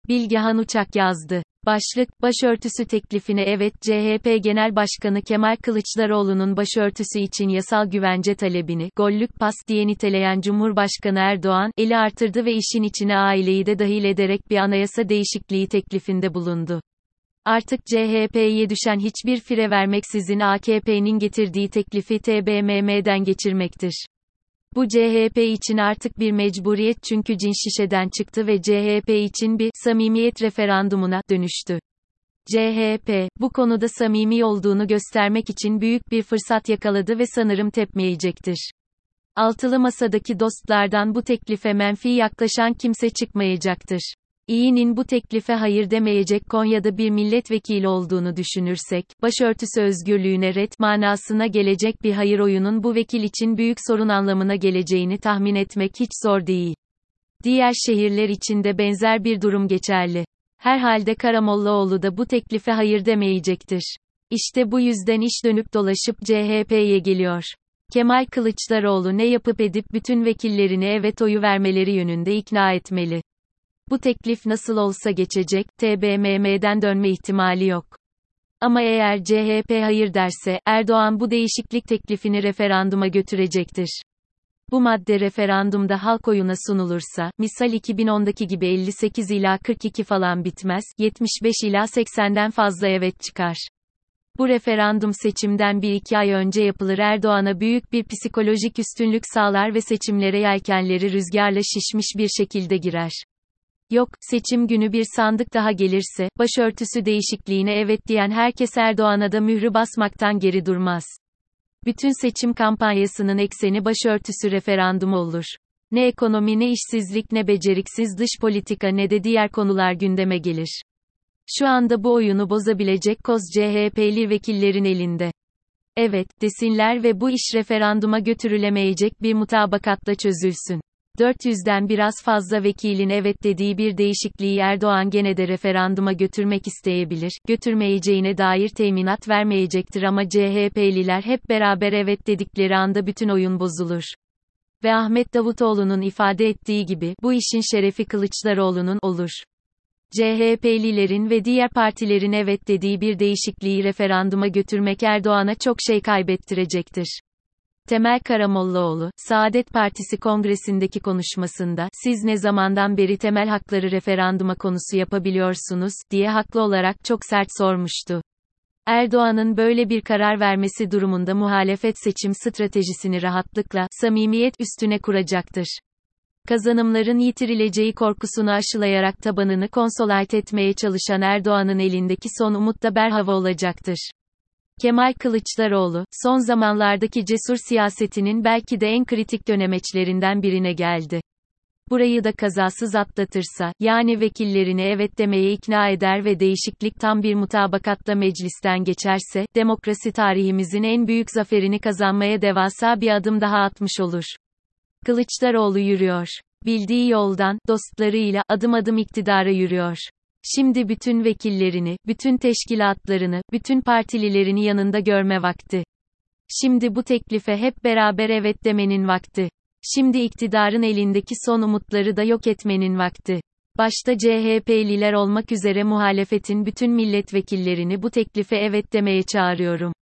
Bilgehan Uçak yazdı. Başlık, başörtüsü teklifine evet. CHP Genel Başkanı Kemal Kılıçdaroğlu'nun başörtüsü için yasal güvence talebini, gollük pas diye niteleyen Cumhurbaşkanı Erdoğan, eli artırdı ve işin içine aileyi de dahil ederek bir anayasa değişikliği teklifinde bulundu. Artık CHP'ye düşen hiçbir fire vermeksizin AKP'nin getirdiği teklifi TBMM'den geçirmektir. Bu CHP için artık bir mecburiyet çünkü cin şişeden çıktı ve CHP için bir samimiyet referandumuna dönüştü. CHP, bu konuda samimi olduğunu göstermek için büyük bir fırsat yakaladı ve sanırım tepmeyecektir. Altılı masadaki dostlardan bu teklife menfi yaklaşan kimse çıkmayacaktır. İYİ'nin bu teklife hayır demeyecek Konya'da bir milletvekili olduğunu düşünürsek, başörtüsü özgürlüğüne ret manasına gelecek bir hayır oyunun bu vekil için büyük sorun anlamına geleceğini tahmin etmek hiç zor değil. Diğer şehirler için de benzer bir durum geçerli. Herhalde Karamollaoğlu da bu teklife hayır demeyecektir. İşte bu yüzden iş dönüp dolaşıp CHP'ye geliyor. Kemal Kılıçdaroğlu ne yapıp edip bütün vekillerini evet oyu vermeleri yönünde ikna etmeli. Bu teklif nasıl olsa geçecek, TBMM'den dönme ihtimali yok. Ama eğer CHP hayır derse, Erdoğan bu değişiklik teklifini referanduma götürecektir. Bu madde referandumda halk oyuna sunulursa, misal 2010'daki gibi 58 ila 42 falan bitmez, 75 ila 80'den fazla evet çıkar. Bu referandum seçimden 1-2 ay önce yapılır, Erdoğan'a büyük bir psikolojik üstünlük sağlar ve seçimlere yelkenleri rüzgarla şişmiş bir şekilde girer. Yok, seçim günü bir sandık daha gelirse, başörtüsü değişikliğine evet diyen herkes Erdoğan'a da mührü basmaktan geri durmaz. Bütün seçim kampanyasının ekseni başörtüsü referandumu olur. Ne ekonomi ne işsizlik ne beceriksiz dış politika ne de diğer konular gündeme gelir. Şu anda bu oyunu bozabilecek koz CHP'li vekillerin elinde. Evet, desinler ve bu iş referanduma götürülemeyecek bir mutabakatla çözülsün. 400'den biraz fazla vekilin evet dediği bir değişikliği Erdoğan gene de referanduma götürmek isteyebilir, götürmeyeceğine dair teminat vermeyecektir ama CHP'liler hep beraber evet dedikleri anda bütün oyun bozulur. Ve Ahmet Davutoğlu'nun ifade ettiği gibi, bu işin şerefi Kılıçdaroğlu'nun olur. CHP'lilerin ve diğer partilerin evet dediği bir değişikliği referanduma götürmek Erdoğan'a çok şey kaybettirecektir. Temel Karamollaoğlu, Saadet Partisi Kongresi'ndeki konuşmasında, siz ne zamandan beri temel hakları referanduma konusu yapabiliyorsunuz, diye haklı olarak çok sert sormuştu. Erdoğan'ın böyle bir karar vermesi durumunda muhalefet seçim stratejisini rahatlıkla, samimiyet üstüne kuracaktır. Kazanımların yitirileceği korkusunu aşılayarak tabanını konsolide etmeye çalışan Erdoğan'ın elindeki son umut da berhava olacaktır. Kemal Kılıçdaroğlu, son zamanlardaki cesur siyasetinin belki de en kritik dönemeçlerinden birine geldi. Burayı da kazasız atlatırsa, yani vekillerini evet demeye ikna eder ve değişiklik tam bir mutabakatla meclisten geçerse, demokrasi tarihimizin en büyük zaferini kazanmaya devasa bir adım daha atmış olur. Kılıçdaroğlu yürüyor. Bildiği yoldan, dostlarıyla, adım adım iktidara yürüyor. Şimdi bütün vekillerini, bütün teşkilatlarını, bütün partililerini yanında görme vakti. Şimdi bu teklife hep beraber evet demenin vakti. Şimdi iktidarın elindeki son umutları da yok etmenin vakti. Başta CHP'liler olmak üzere muhalefetin bütün milletvekillerini bu teklife evet demeye çağırıyorum.